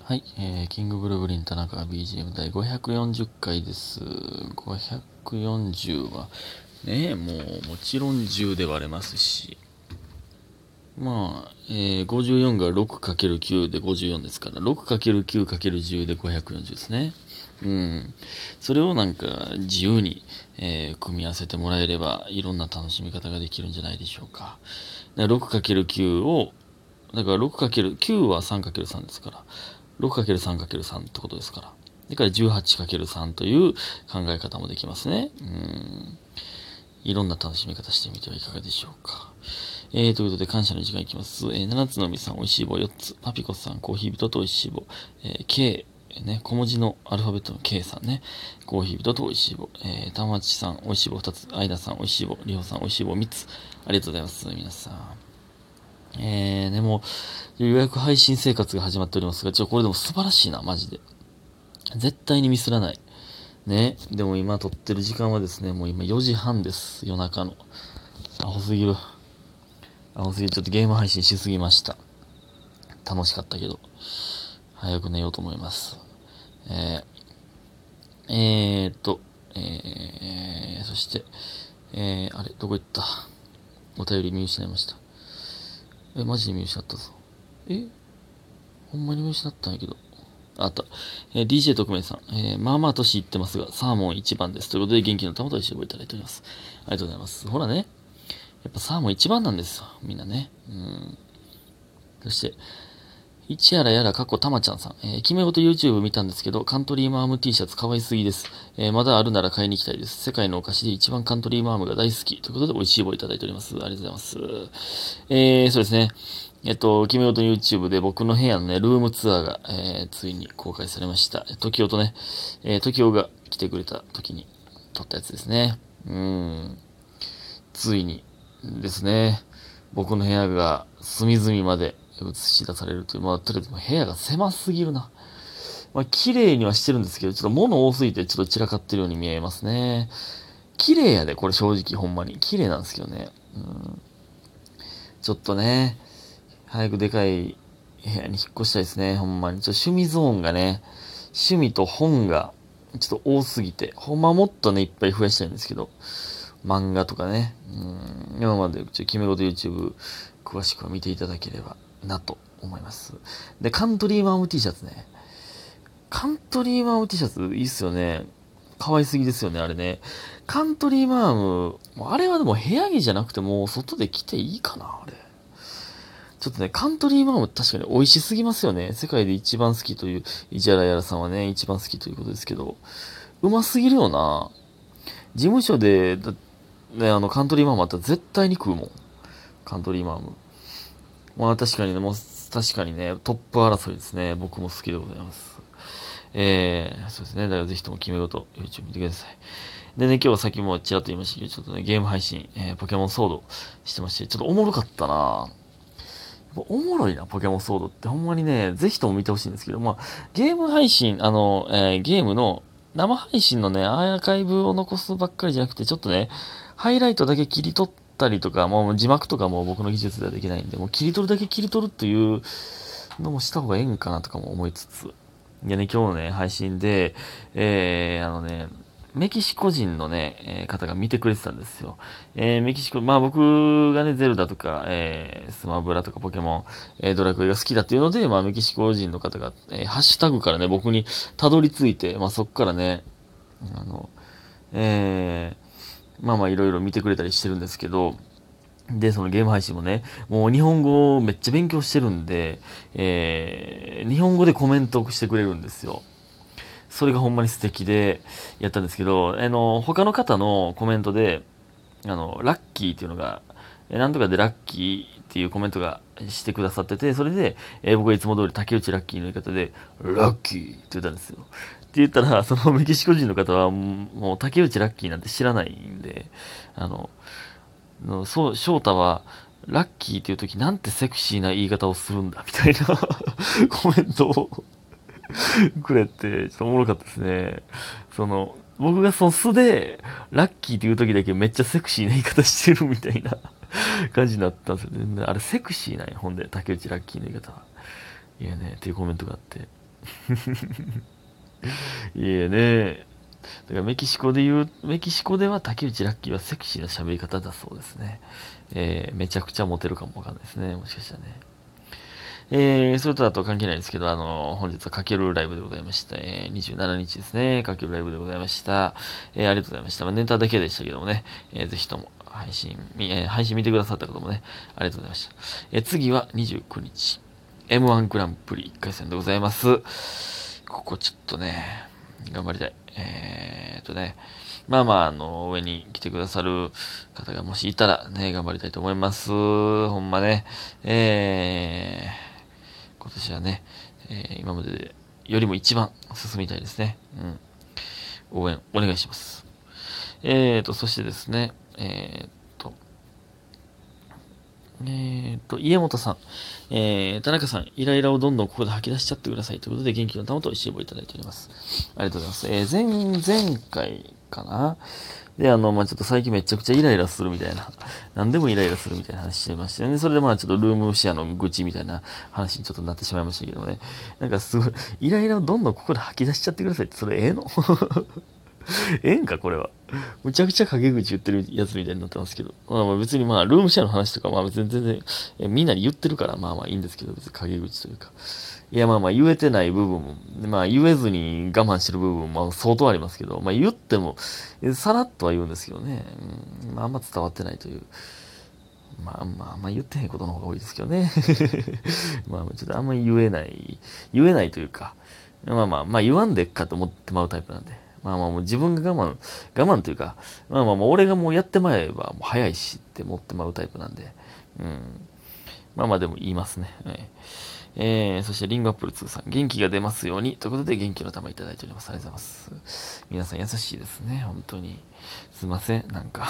はい、キングブルブリン田中 BGM 第540回です。540はね、もちろん10で割れますし、54が 6×9 で54ですから、6×9×10 で540ですね。それをなんか自由に、組み合わせてもらえれば、いろんな楽しみ方ができるんじゃないでしょうか。6×9 を、だから 6×9 は 3×3 ですから、6×3×3 ってことですから。だから 18×3 という考え方もできますね。いろんな楽しみ方してみてはいかがでしょうか。ということで感謝の時間いきます。7つのみさん、おいしい棒4つ。パピコさん、コーヒー人とおいしい棒。K、ね、小文字のアルファベットの K さんね。コーヒー人とおいしい棒。たまちさん、おいしい棒2つ。あいださん、おいしい棒。りほさん、おいしい棒3つ。ありがとうございます。皆さん。でも、予約配信生活が始まっておりますが、これでも素晴らしいな、マジで。絶対にミスらない。ね。でも今撮ってる時間はですね、もう今4時半です。夜中の。アホすぎる。アホすぎる。ちょっとゲーム配信しすぎました。楽しかったけど。早く寝ようと思います。えー、えーっと、そして、あれ、どこ行った？お便り見失いました。マジで見失ったぞ。ほんまに見失ったんやけど。あった。DJ 特命さん。まあまあ年いってますが、サーモン一番です。ということで、元気の玉と一緒にいただいております。ありがとうございます。ほらね。やっぱサーモン一番なんですよ。みんなね。そして、一やらやら、かっこたまちゃんさん。決め事 YouTube 見たんですけど、カントリーマーム T シャツ可愛すぎです。まだあるなら買いに行きたいです。世界のお菓子で一番カントリーマームが大好き。ということで、美味しい棒いただいております。ありがとうございます。そうですね。決め事 YouTube で僕の部屋のね、ルームツアーが、ついに公開されました。時代とね、時代が来てくれた時に撮ったやつですね。ついにですね、僕の部屋が隅々まで映し出されるという、とりあえず部屋が狭すぎるな。綺麗にはしてるんですけど、ちょっと物多すぎてちょっと散らかってるように見えますね。綺麗やで、これ正直ほんまに。綺麗なんですけどね。ちょっとね、早くでかい部屋に引っ越したいですね、ほんまに。趣味ゾーンがね、趣味と本がちょっと多すぎて、ほんまもっとね、いっぱい増やしたいんですけど、漫画とかね、今まで決め事 YouTube 詳しく見ていただければなと思います。で、カントリーマーム T シャツね。カントリーマーム T シャツいいっすよね。可愛すぎですよね、あれね。カントリーマーム、あれはでも部屋着じゃなくても外で着ていいかな、あれ。ちょっとね、カントリーマーム確かに美味しすぎますよね。世界で一番好きという、イジャラヤラさんはね、一番好きということですけど、うますぎるよな。事務所で、ね、カントリーマームあったら絶対に食うもん。カントリーマーム。確かにね、確かにね、トップ争いですね。僕も好きでございます。そうですね。だからぜひとも決め事、YouTube 見てください。でね、今日はさっきもちらっと言いましたけど、ちょっとね、ゲーム配信、ポケモンソードしてまして、ちょっとおもろかったなおもろいな、ポケモンソードって。ほんまにね、ぜひとも見てほしいんですけど、ゲーム配信、ゲームの生配信のね、アーカイブを残すばっかりじゃなくて、ちょっとね、ハイライトだけ切り取ったりとか、もう字幕とかも僕の技術ではできないんで、もう切り取るだけ切り取るっていうのもした方がええんかなとかも思いつつ。でね、今日のね、配信で、メキシコ人のね、方が見てくれてたんですよ。メキシコ、僕がね、ゼルダとか、スマブラとかポケモン、ドラクエが好きだっていうので、メキシコ人の方が、ハッシュタグからね、僕にたどり着いて、そっからね、あの、えいろいろ見てくれたりしてるんですけど、で、そのゲーム配信もね、もう日本語をめっちゃ勉強してるんで、日本語でコメントをしてくれるんですよ。それがほんまに素敵でやったんですけど、他の方のコメントで、ラッキーっていうのが、なんとかでラッキーっていうコメントがしてくださってて、それで、僕はいつも通り竹内ラッキーの言い方で、ラッキーって言ったんですよ。って言ったら、そのメキシコ人の方は、もう竹内ラッキーなんて知らないんで、あの、そう、翔太は、ラッキーっていう時なんてセクシーな言い方をするんだ、みたいなコメントをくれて、ちょっとおもろかったですね。僕がその素で、ラッキーっていう時だけめっちゃセクシーな言い方してるみたいな感じになったんですよね。あれセクシーなんや、ほんで、竹内ラッキーの言い方は。いやね、っていうコメントがあって。 いえね。だからメキシコでは竹内ラッキーはセクシーな喋り方だそうですね。めちゃくちゃモテるかもわかんないですね。もしかしたらね。それとあと関係ないですけど、本日はかけるライブでございました。27日ですね。かけるライブでございました。ありがとうございました。まあ、ネタだけでしたけどもね、ぜひとも配信見てくださった方もね、ありがとうございました。次は29日、M1 グランプリ1回戦でございます。ここちょっとね、頑張りたい。上に来てくださる方がもしいたらね、頑張りたいと思います。ほんまね、今年はね、今までよりも一番進みたいですね。うん。応援お願いします。そしてですね、家元さん、田中さん、イライラをどんどんここで吐き出しちゃってくださいということで、元気の玉と一緒にいただいております。ありがとうございます。前回かなで、ちょっと最近めちゃくちゃイライラするみたいな、何でもイライラするみたいな話してましたよね。それでちょっとルームシェアの愚痴みたいな話にちょっとなってしまいましたけどね。なんかすごい、イライラをどんどんここで吐き出しちゃってくださいって、それええのええんかこれは。むちゃくちゃ陰口言ってるやつみたいになってますけど。別にルームシェアの話とか別に全然、みんなに言ってるからいいんですけど、別に陰口というか。いや言えてない部分も、言えずに我慢してる部分も相当ありますけど、言っても、さらっとは言うんですけどね。あんま伝わってないという。言ってへんことの方が多いですけどね。ちょっとあんまり言えないというか、言わんでっかと思ってまうタイプなんで。もう自分が我慢というか、俺がもうやってまえばもう早いしって思ってまうタイプなんで、でも言いますね。はい。そしてリンゴアップル2さん、元気が出ますようにということで元気の玉いただいております。ありがとうございます。皆さん優しいですね。本当に。すいません。なんか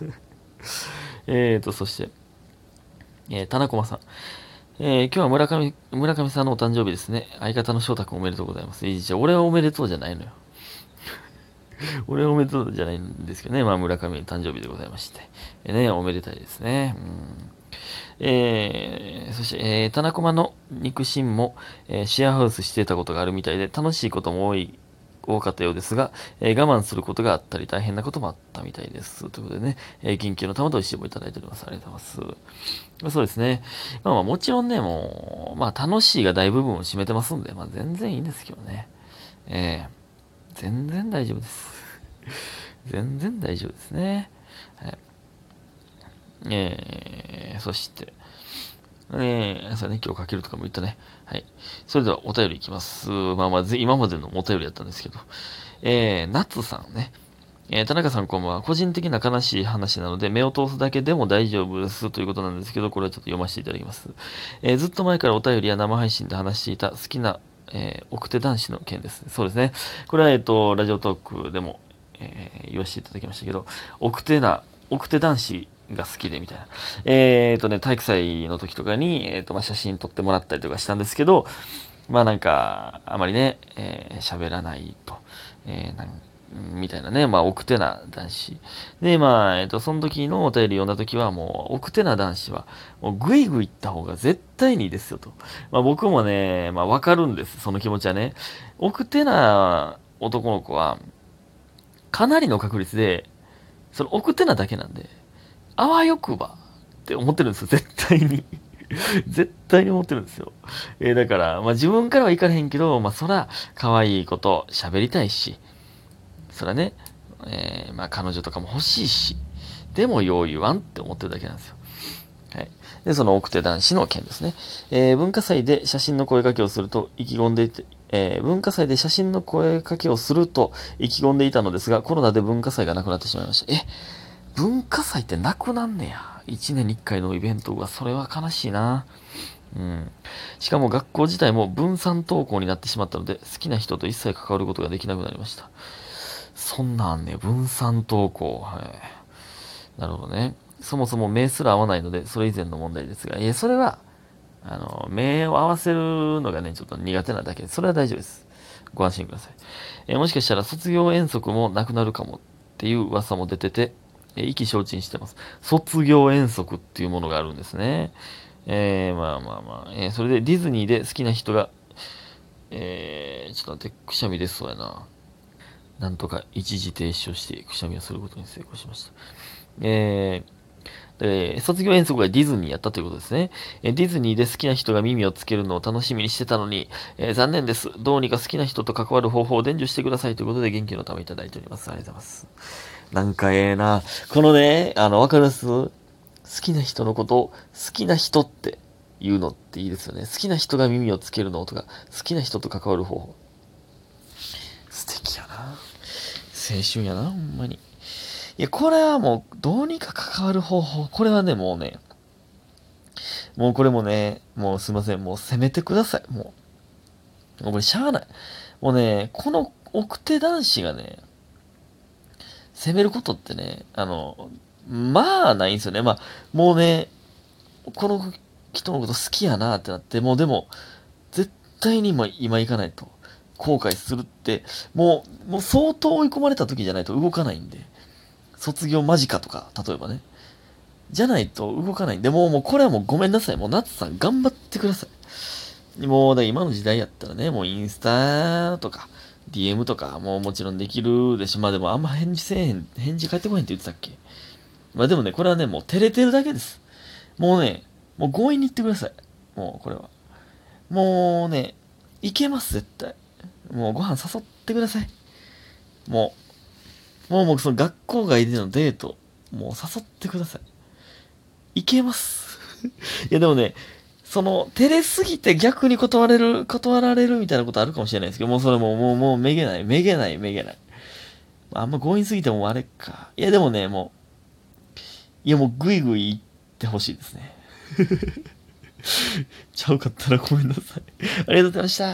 そして、田中駒さん。今日は村上さんのお誕生日ですね。相方の翔太くんおめでとうございます。じゃあ俺はおめでとうじゃないのよ。俺はおめでとうじゃないんですけどね。村上の誕生日でございまして。ね、おめでたいですね。そして、田中間の肉親も、シェアハウスしてたことがあるみたいで、楽しいことも多かったようですが、我慢することがあったり大変なこともあったみたいです。ということでね、元気の玉と一緒もいただいております。ありがとうございます。そうですね。もちろんね、もう、楽しいが大部分を占めてますんで、全然いいんですけどね。全然大丈夫です。全然大丈夫ですね。はい。そして、そうね、今日かけるとかも言ったね。はい。それではお便りいきます。今までのお便りだったんですけど、夏さんね。田中さんこんばんは。個人的な悲しい話なので、目を通すだけでも大丈夫ですということなんですけど、これはちょっと読ませていただきます。ずっと前からお便りや生配信で話していた好きな、奥手男子の件です。そうですね。これは、ラジオトークでも、言わせていただきましたけど、奥手男子が好きでみたいな。体育祭の時とかに、写真撮ってもらったりとかしたんですけど、あまりね、喋らないと。みたいなね、奥手な男子。で、その時のお便り読んだ時は、もう、奥手な男子は、もう、ぐいぐい行った方が絶対にいいですよと。僕もね、わかるんです、その気持ちはね。奥手な男の子は、かなりの確率で、その奥手なだけなんで、あわよくばって思ってるんですよ、絶対に。絶対に思ってるんですよ。だから、自分からは行かれへんけど、そら、可愛いこと喋りたいし、そらね、彼女とかも欲しいし、でもよう言わんって思ってるだけなんですよ。はい。で、その奥手男子の件ですね。文化祭で写真の声掛けをすると意気込んでいて、文化祭で写真の声掛けをすると意気込んでいたのですが、コロナで文化祭がなくなってしまいました。文化祭ってなくなんねや。一年に一回のイベントが、それは悲しいな。うん。しかも学校自体も分散登校になってしまったので、好きな人と一切関わることができなくなりました。そんなんね、分散登校。はい。なるほどね。そもそも目すら合わないので、それ以前の問題ですが、それは、目を合わせるのがね、ちょっと苦手なだけで、それは大丈夫です。ご安心ください。もしかしたら卒業遠足もなくなるかもっていう噂も出てて、意気消沈してます。卒業遠足っていうものがあるんですね。それでディズニーで好きな人が、 ちょっと待って、くしゃみ出そうやな。なんとか一時停止をしてくしゃみをすることに成功しました。卒業遠足がディズニーやったということですね。ディズニーで好きな人が耳をつけるのを楽しみにしてたのに、残念です。どうにか好きな人と関わる方法を伝授してくださいということで元気のためいただいております。ありがとうございます。なんかな。このね、わかります？好きな人のことを好きな人って言うのっていいですよね。好きな人が耳をつけるのとか、好きな人と関わる方法。素敵やな。青春やな、ほんまに。いや、これはもう、どうにか関わる方法。これはね、もうね、もうこれもね、もうすいません。もう責めてください。もうこれしゃあない。もうね、この奥手男子がね、責めることってね、まあないんですよね。まあ、もうね、この人のこと好きやなってなって、もうでも、絶対に今行かないと後悔するって、もう相当追い込まれた時じゃないと動かないんで、卒業間近とか、例えばね。じゃないと動かないんで、もうこれはもうごめんなさい。もう夏さん頑張ってください。もう今の時代やったらね、もうインスタとか、DM とかもうもちろんできるでしょ。まあでもあんま返事せえへん、返事返ってこへんって言ってたっけ？まあでもね、これはね、もう照れてるだけです。もうね、もう強引に言ってください。もうこれは。もうね、いけます、絶対。もうご飯誘ってください。ももうその学校外でのデート、もう誘ってください。いけます。いやでもね、照れすぎて逆に断られるみたいなことあるかもしれないですけど、もうそれもうめげない、めげない、めげない。あんま強引すぎてもあれか。いやでもね、もうぐいぐい言ってほしいですね。ちゃうかったらごめんなさい。ありがとうございました。